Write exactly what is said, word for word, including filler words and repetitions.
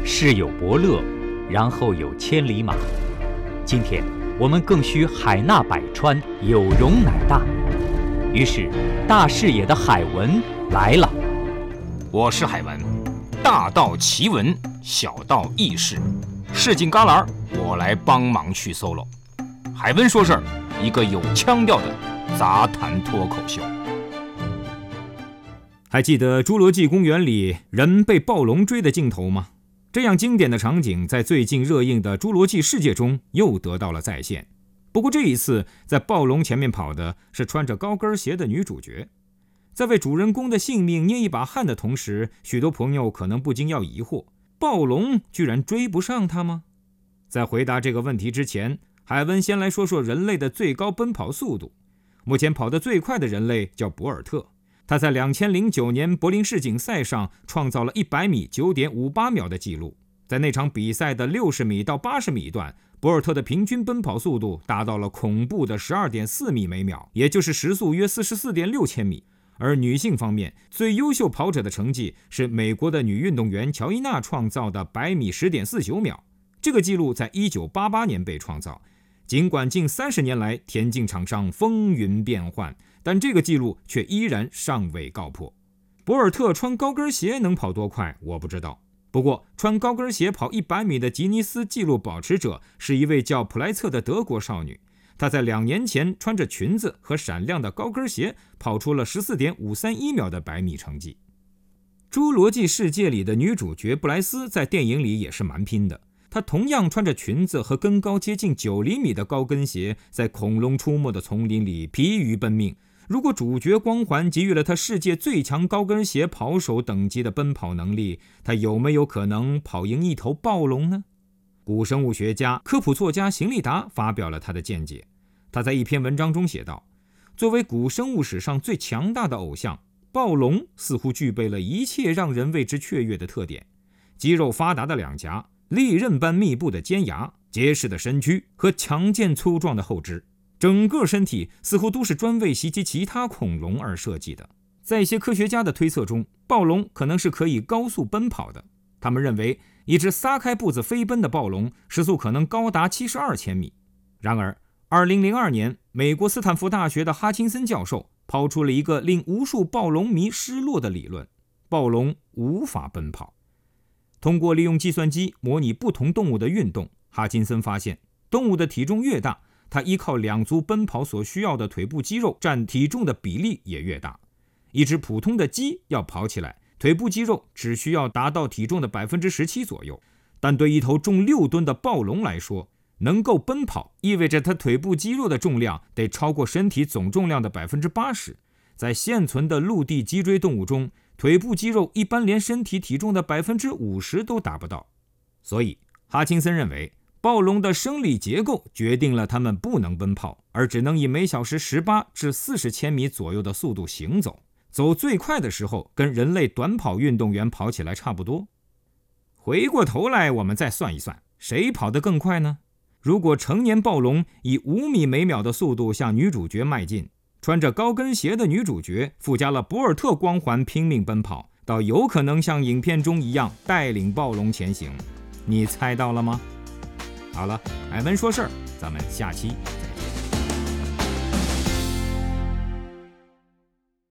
世有伯乐，然后有千里马。今天我们更需海纳百川，有容乃大。于是大视野的海文来了。 我是海文，大道奇闻，小道轶事，市井旮旯我来帮忙去 solo。 海文说事儿，一个有腔调的杂谈脱口秀。 还记得侏罗纪公园里人被暴龙追的镜头吗？这样经典的场景在最近热映的《侏罗纪世界》中又得到了再现。不过这一次在暴龙前面跑的是穿着高跟鞋的女主角。在为主人公的性命捏一把汗的同时，许多朋友可能不禁要疑惑，暴龙居然追不上她吗？在回答这个问题之前，海文先来说说人类的最高奔跑速度。目前跑得最快的人类叫博尔特，他在两千零九年柏林世锦赛上创造了一百米 九点五八秒的纪录。在那场比赛的六十米到八十米段，博尔特的平均奔跑速度达到了恐怖的 十二点四米每秒，也就是时速约 四十四点六千米。而女性方面，最优秀跑者的成绩是美国的女运动员乔伊娜创造的百米 十点四九秒。这个纪录在一九八八年被创造。尽管近三十年来田径场上风云变幻，但这个纪录却依然尚未告破。博尔特穿高跟鞋能跑多快我不知道，不过穿高跟鞋跑一百米的吉尼斯纪录保持者是一位叫普莱策的德国少女。她在两年前穿着裙子和闪亮的高跟鞋跑出了 十四点五三一秒的百米成绩。侏罗纪世界里的女主角布莱斯在电影里也是蛮拼的，她同样穿着裙子和跟高接近九厘米的高跟鞋，在恐龙出没的丛林里疲于奔命。如果主角光环给予了她世界最强高跟鞋跑手等级的奔跑能力，她有没有可能跑赢一头暴龙呢？古生物学家、科普作家邢立达发表了他的见解。他在一篇文章中写道，作为古生物史上最强大的偶像，暴龙似乎具备了一切让人为之雀跃的特点：肌肉发达的两颊、利刃般密布的尖牙、结实的身躯和强健粗壮的后肢，整个身体似乎都是专为袭击其他恐龙而设计的。在一些科学家的推测中，暴龙可能是可以高速奔跑的。他们认为，一只撒开步子飞奔的暴龙时速可能高达七十二千米。然而二零零二年，美国斯坦福大学的哈钦森教授抛出了一个令无数暴龙迷失落的理论：暴龙无法奔跑。通过利用计算机模拟不同动物的运动，哈钦森发现，动物的体重越大，它依靠两足奔跑所需要的腿部肌肉占体重的比例也越大。一只普通的鸡要跑起来，腿部肌肉只需要达到体重的 百分之十七 左右，但对一头重六吨的暴龙来说，能够奔跑意味着它腿部肌肉的重量得超过身体总重量的 百分之八十。 在现存的陆地脊椎动物中，腿部肌肉一般连身体体重的 百分之五十 都达不到。所以哈钦森认为，暴龙的生理结构决定了它们不能奔跑，而只能以每小时十八至四十千米左右的速度行走，走最快的时候跟人类短跑运动员跑起来差不多。回过头来我们再算一算，谁跑得更快呢？如果成年暴龙以五米每秒的速度向女主角迈进，穿着高跟鞋的女主角附加了博尔特光环拼命奔跑，倒有可能像影片中一样带领暴龙前行。你猜到了吗？好了，海文说事儿，咱们下期